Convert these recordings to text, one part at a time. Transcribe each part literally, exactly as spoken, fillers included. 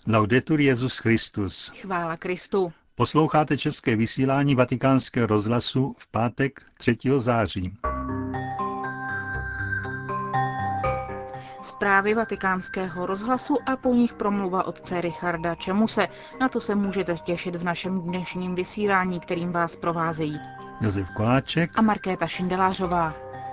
Laudetur Jesus Christus. Chvála Kristu. Posloucháte české vysílání Vatikánského rozhlasu v pátek třetího září. Zprávy Vatikánského rozhlasu a po nich promluva otce Richarda Čemuse. Na to se můžete těšit v našem dnešním vysílání, kterým vás provázejí Josef Koláček a Markéta Šindelářová.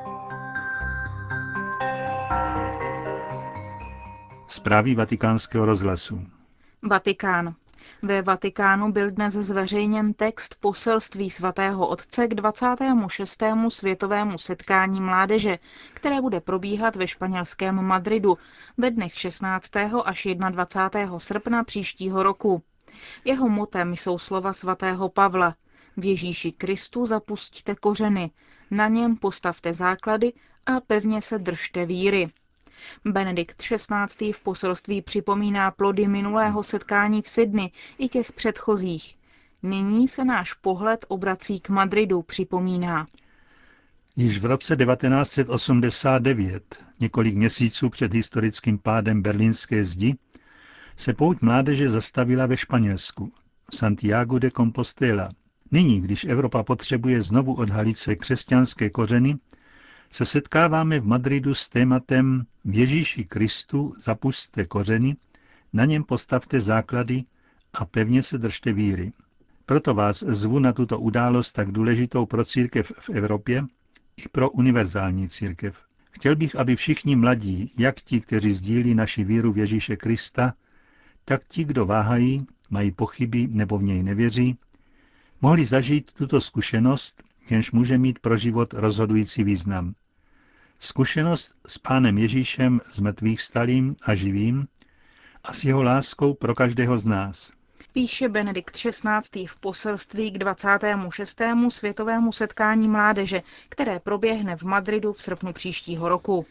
Zprávy Vatikánského rozhlasu. Vatikán. Ve Vatikánu byl dnes zveřejněn text poselství svatého otce k dvacátému šestému světovému setkání mládeže, které bude probíhat ve španělském Madridu ve dnech šestnáctého až dvacátého prvního srpna příštího roku. Jeho motem jsou slova svatého Pavla. V Ježíši Kristu zapusťte kořeny, na něm postavte základy a pevně se držte víry. Benedikt šestnáctý v poselství připomíná plody minulého setkání v Sydney i těch předchozích. Nyní se náš pohled obrací k Madridu, připomíná. Již v roce devatenáct set osmdesát devět, několik měsíců před historickým pádem berlínské zdi, se pouť mládeže zastavila ve Španělsku, v Santiago de Compostela. Nyní, když Evropa potřebuje znovu odhalit své křesťanské kořeny, se setkáváme v Madridu s tématem v Ježíši Kristu zapusťte kořeny, na něm postavte základy a pevně se držte víry. Proto vás zvu na tuto událost tak důležitou pro církev v Evropě i pro univerzální církev. Chtěl bych, aby všichni mladí, jak ti, kteří sdílí naši víru v Ježíše Krista, tak ti, kdo váhají, mají pochyby nebo v něj nevěří, mohli zažít tuto zkušenost, jenž může mít pro život rozhodující význam. Zkušenost s Pánem Ježíšem z mrtvých vstalým a živým a s jeho láskou pro každého z nás. Píše Benedikt šestnáctý v poselství k dvacátému šestému světovému setkání mládeže, které proběhne v Madridu v srpnu příštího roku.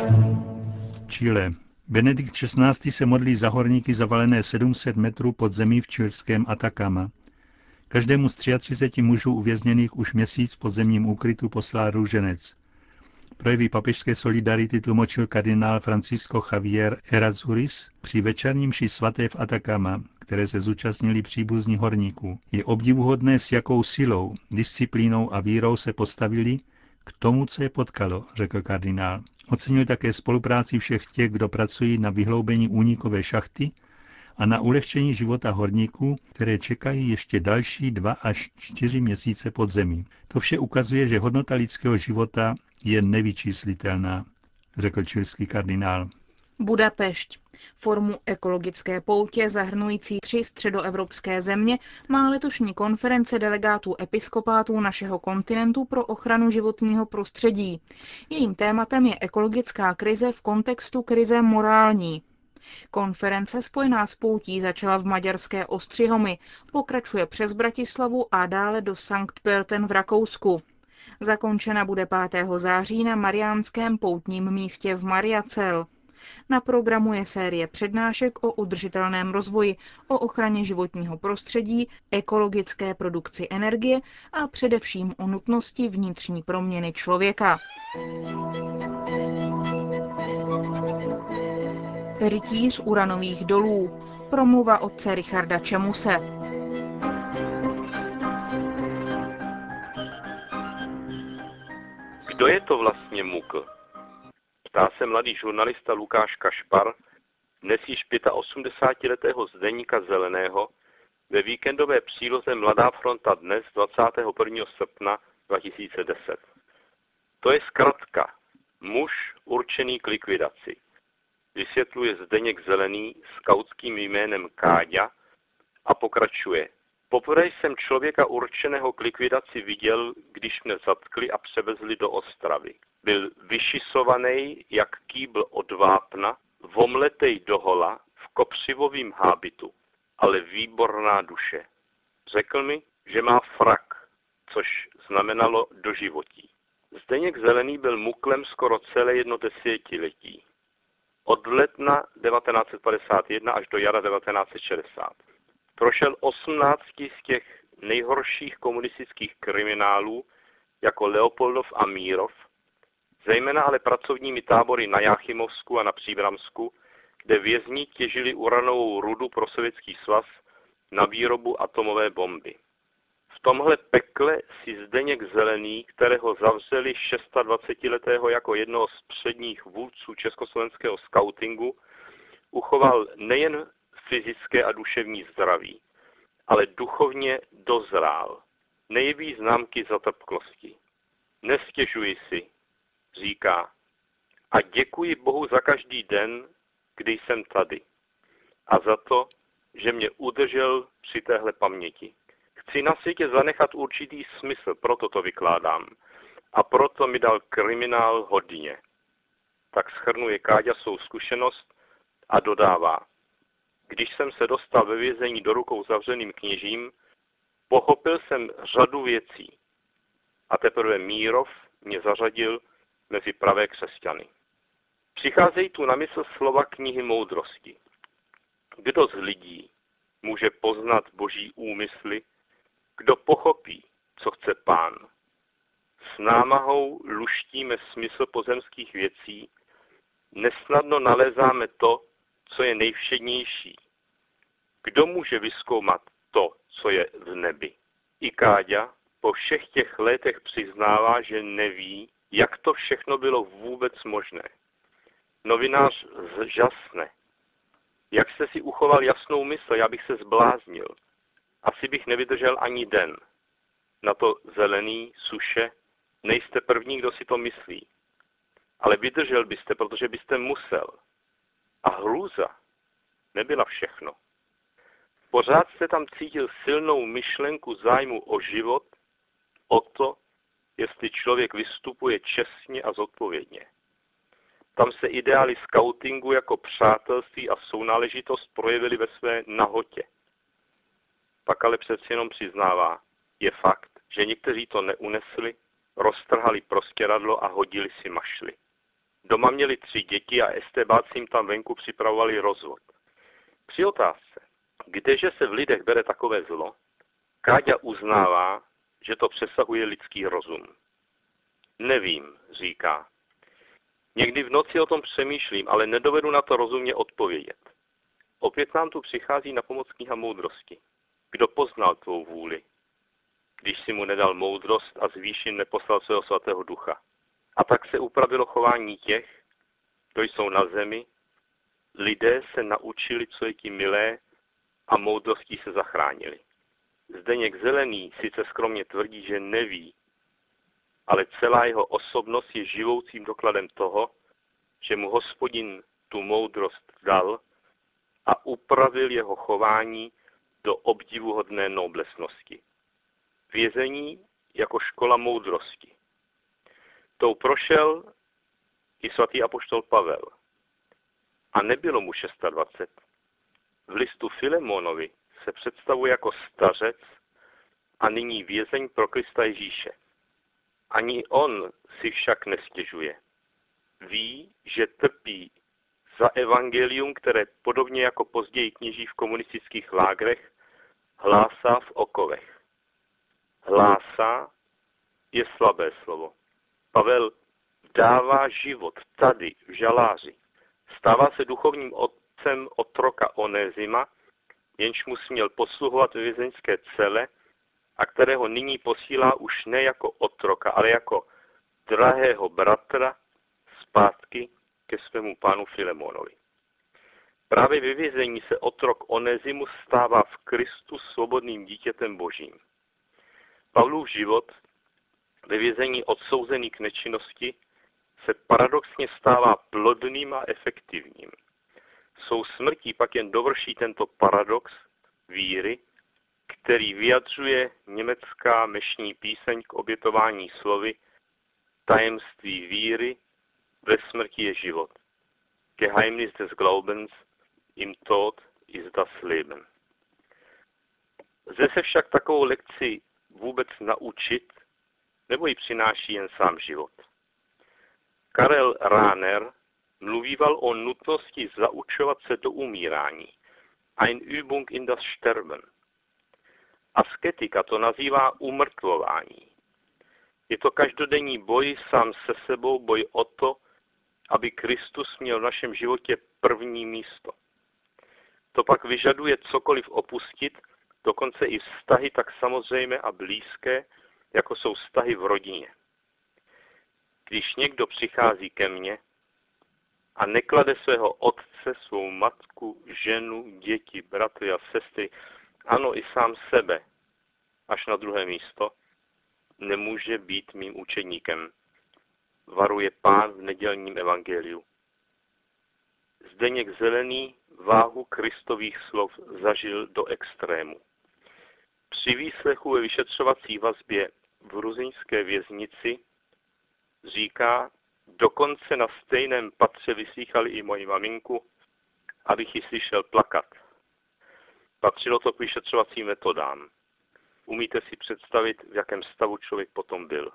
Chile. Benedikt šestnáctý se modlí za horníky zavalené sedm set metrů pod zemí v chilském Atacama. Každému z třiatřiceti tří mužů uvězněných už měsíc v podzemním úkrytu poslal růženec. Projevy papežské solidarity tlumočil kardinál Francisco Javier Errázuriz při večerním mši svaté v Atacama, které se zúčastnili příbuzní horníků. Je obdivuhodné, s jakou silou, disciplínou a vírou se postavili k tomu, co je potkalo, řekl kardinál. Ocenil také spolupráci všech těch, kdo pracují na vyhloubení únikové šachty a na ulehčení života horníků, které čekají ještě další dva až čtyři měsíce pod zemí. To vše ukazuje, že hodnota lidského života je nevyčíslitelná, řekl chilský kardinál. Budapešť. Formu ekologické poutě zahrnující tři středoevropské země má letošní konference delegátů episkopátů našeho kontinentu pro ochranu životního prostředí. Jejím tématem je ekologická krize v kontextu krize morální. Konference spojená s poutí začala v maďarské Ostřihomi, pokračuje přes Bratislavu a dále do Sankt Pölten v Rakousku. Zakončena bude pátého září na mariánském poutním místě v Mariacel. Na programu je série přednášek o udržitelném rozvoji, o ochraně životního prostředí, ekologické produkci energie a především o nutnosti vnitřní proměny člověka. Rytíř uranových dolů. Promluva otce Richarda Čemuse. Kdo je to vlastně Mukl? Ptá se mladý žurnalista Lukáš Kašpar, dnes již osmdesátiletého zdeníka Zeleného, ve víkendové příloze Mladá fronta dnes dvacátého prvního srpna dva tisíce deset. To je zkratka. Muž určený k likvidaci. Vysvětluje Zdeněk Zelený skautským jménem Káďa a pokračuje. Poprvé jsem člověka určeného k likvidaci viděl, když mne zatkli a převezli do Ostravy. Byl vyšisovaný jak kýbl od vápna, vomletej dohola v kopřivovým hábitu, ale výborná duše. Řekl mi, že má frak, což znamenalo doživotí. Zdeněk Zelený byl muklem skoro celé jedno desetiletí. Od ledna devatenáct set padesát jedna až do jara devatenáct set šedesát. Prošel osmnácti z těch nejhorších komunistických kriminálů jako Leopoldov a Mírov, zejména ale pracovními tábory na Jáchymovsku a na Příbramsku, kde vězni těžili uranovou rudu pro Sovětský svaz na výrobu atomové bomby. V tomhle pekle si Zdeněk Zelený, kterého zavřeli dvacetišestiletého jako jednoho z předních vůdců československého skautingu, uchoval nejen fyzické a duševní zdraví, ale duchovně dozrál. Nejeví známky zatrpklosti. Nestěžuji si, říká, a děkuji Bohu za každý den, kdy jsem tady. A za to, že mě udržel při téhle paměti. Chci na světě zanechat určitý smysl, proto to vykládám. A proto mi dal kriminál hodně. Tak shrnuje Káďa svou zkušenost a dodává. Když jsem se dostal ve vězení do rukou zavřeným kněžím, pochopil jsem řadu věcí. A teprve Mírov mě zařadil mezi pravé křesťany. Přicházejí tu na mysl slova knihy Moudrosti. Kdo z lidí může poznat Boží úmysly, kdo pochopí, co chce Pán? S námahou luštíme smysl pozemských věcí, nesnadno nalézáme to, co je nejvšednější. Kdo může vyzkoumat to, co je v nebi? I Káďa po všech těch letech přiznává, že neví, jak to všechno bylo vůbec možné. Novinář zžasne. Jak jste si uchoval jasnou mysl, já bych se zbláznil. Asi bych nevydržel ani den. Na to Zelený, Suše, nejste první, kdo si to myslí. Ale vydržel byste, protože byste musel. A hrůza nebyla všechno. Pořád jste tam cítil silnou myšlenku zájmu o život, o to, jestli člověk vystupuje čestně a zodpovědně. Tam se ideály skautingu jako přátelství a sounáležitost projevily ve své nahotě. Pak ale přeci jenom přiznává, je fakt, že někteří to neunesli, roztrhali prostěradlo a hodili si mašly. Doma měli tři děti a estébáci jim tam venku připravovali rozvod. Při otázce, kdeže se v lidech bere takové zlo, Káďa uznává, že to přesahuje lidský rozum. Nevím, říká. Někdy v noci o tom přemýšlím, ale nedovedu na to rozumně odpovědět. Opět nám tu přichází na pomoc kniha Moudrosti. Kdo poznal tvou vůli, když si mu nedal moudrost a z výšin neposlal svého svatého ducha? A tak se upravilo chování těch, kdo jsou na zemi. Lidé se naučili, co je ti milé, a moudrostí se zachránili. Zdeněk Zelený sice skromně tvrdí, že neví, ale celá jeho osobnost je živoucím dokladem toho, že mu Hospodin tu moudrost dal a upravil jeho chování do obdivuhodné noblesnosti. Vězení jako škola moudrosti. Tou prošel i svatý apoštol Pavel. A nebylo mu dvacet šest. V listu Filemonovi se představuje jako stařec a nyní vězeň pro Krista Ježíše. Ani on si však nestěžuje. Ví, že trpí za evangelium, které podobně jako později kněží v komunistických lágrech hlásá v okovech. Hlásá je slabé slovo. Pavel dává život tady, v žaláři. Stává se duchovním otcem otroka Onezima, jenž mu směl posluhovat ve vězeňské cele a kterého nyní posílá už ne jako otroka, ale jako drahého bratra zpátky ke svému pánu Filemonovi. Právě ve vězení se otrok Onezimus stává v Kristu svobodným dítětem Božím. Pavlův život ve vězení odsouzený k nečinnosti se paradoxně stává plodným a efektivním. Svou smrtí pak jen dovrší tento paradox víry, který vyjadřuje německá mešní píseň k obětování slovy Tajemství víry, ve smrti je život. Geheimnis des Glaubens, im Tod ist das Leben. Lze se však takovou lekci vůbec naučit, nebo ji přináší jen sám život? Karel Rahner mluvíval o nutnosti zaučovat se do umírání. Ein Übung in das Sterben. Asketika to nazývá umrtvování. Je to každodenní boj sám se sebou, boj o to, aby Kristus měl v našem životě první místo. To pak vyžaduje cokoliv opustit, dokonce i vztahy tak samozřejmé a blízké, jako jsou vztahy v rodině. Když někdo přichází ke mně a neklade svého otce, svou matku, ženu, děti, bratry a sestry, ano i sám sebe, až na druhé místo, nemůže být mým učedníkem, varuje Pán v nedělním evangeliu. Zdeněk Zelený váhu Kristových slov zažil do extrému. Při výslechu ve vyšetřovací vazbě v ruzyňské věznici říká, dokonce na stejném patře vyslýchali i moji maminku, abych ji slyšel plakat. Patřilo to k vyšetřovacím metodám. Umíte si představit, v jakém stavu člověk potom byl.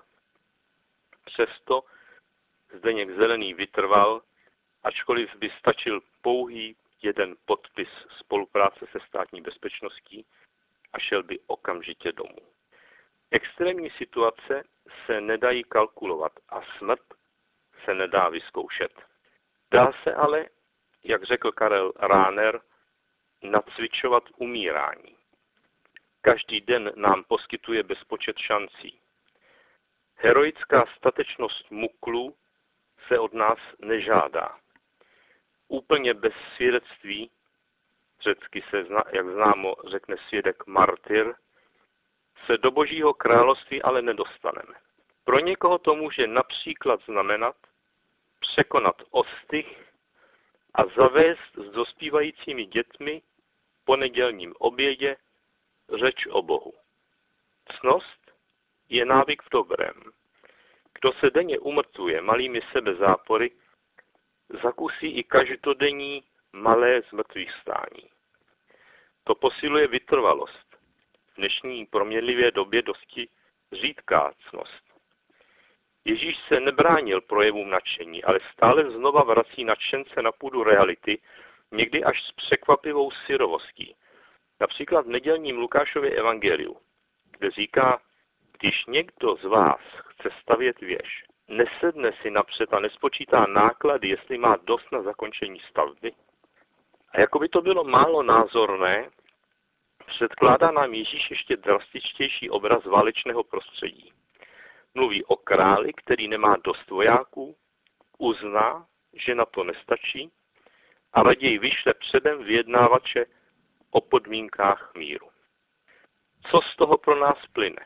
Přesto Zdeněk Zelený vytrval, ačkoliv by stačil pouhý jeden podpis spolupráce se státní bezpečností a šel by okamžitě domů. Extrémní situace se nedají kalkulovat a smrt se nedá vyzkoušet. Dá se ale, jak řekl Karel Rahner, nacvičovat umírání. Každý den nám poskytuje bezpočet šancí. Heroická statečnost muklů se od nás nežádá. Úplně bez svědectví, řecky se, jak známo, řekne svědek martyr, se do Božího království ale nedostaneme. Pro někoho to může například znamenat překonat ostych a zavést s dospívajícími dětmi po nedělním obědě řeč o Bohu. Ctnost je návyk v dobrém. Kdo se denně umrtvuje malými sebezápory, zakusí i každodenní malé zmrtvýchvstání. To posiluje vytrvalost. V dnešní proměnlivé době dosti řídká ctnost. Ježíš se nebránil projevům nadšení, ale stále znova vrací nadšence na půdu reality, někdy až s překvapivou syrovostí. Například v nedělním Lukášově evangeliu, kde říká, když někdo z vás chce stavět věž, nesedne si napřed a nespočítá náklady, jestli má dost na zakončení stavby. A jako by to bylo málo názorné, předkládá nám Ježíš ještě drastičtější obraz válečného prostředí. Mluví o králi, který nemá dost vojáků, uzná, že na to nestačí a raději vyšle předem vyjednávače o podmínkách míru. Co z toho pro nás plyne?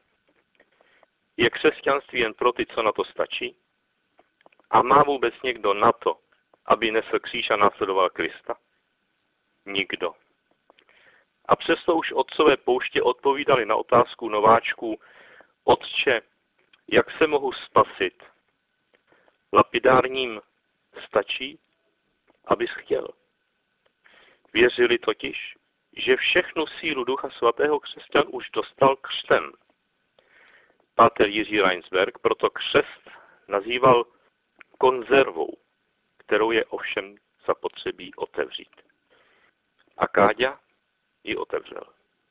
Je křesťanství jen pro ty, co na to stačí? A má vůbec někdo na to, aby nesl kříž a následoval Krista? Nikdo. A přesto už otcové pouště odpovídali na otázku nováčků, Otče, jak se mohu spasit? Lapidárním stačí, abys chtěl. Věřili totiž, že všechnu sílu Ducha Svatého křesťan už dostal křtem. Páter Jiří Reinsberg proto křest nazýval konzervou, kterou je ovšem zapotřebí otevřít. A Káďa ji otevřel.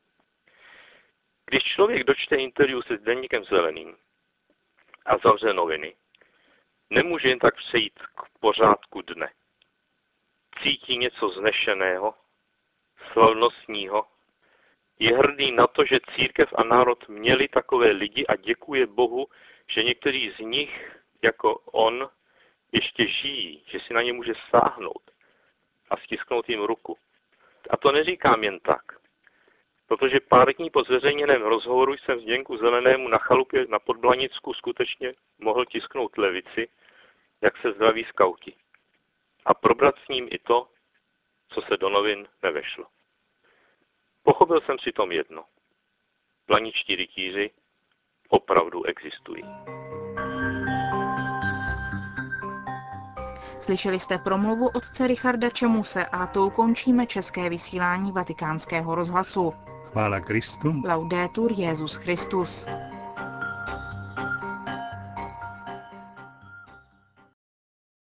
Když člověk dočte interview se Zdeňkem Zeleným a zavře noviny, nemůže jen tak přejít k pořádku dne. Cítí něco znešeného, slavnostního, je hrdý na to, že církev a národ měli takové lidi a děkuje Bohu, že někteří z nich, jako on, ještě žijí, že si na ně může sáhnout a stisknout jim ruku. A to neříkám jen tak, protože pár dní po zveřejněném rozhovoru jsem Zdeňku Zelenému na chalupě na Podblanicku skutečně mohl tisknout levici, jak se zdraví skauti. A probrat s ním i to, co se do novin nevešlo. Pochopil jsem si tom jedno. Blaničtí rytíři opravdu existují. Slyšeli jste promluvu otce Richarda Čemuse a tou končíme české vysílání Vatikánského rozhlasu. Chvála Kristu. Laudetur Jesus Christus.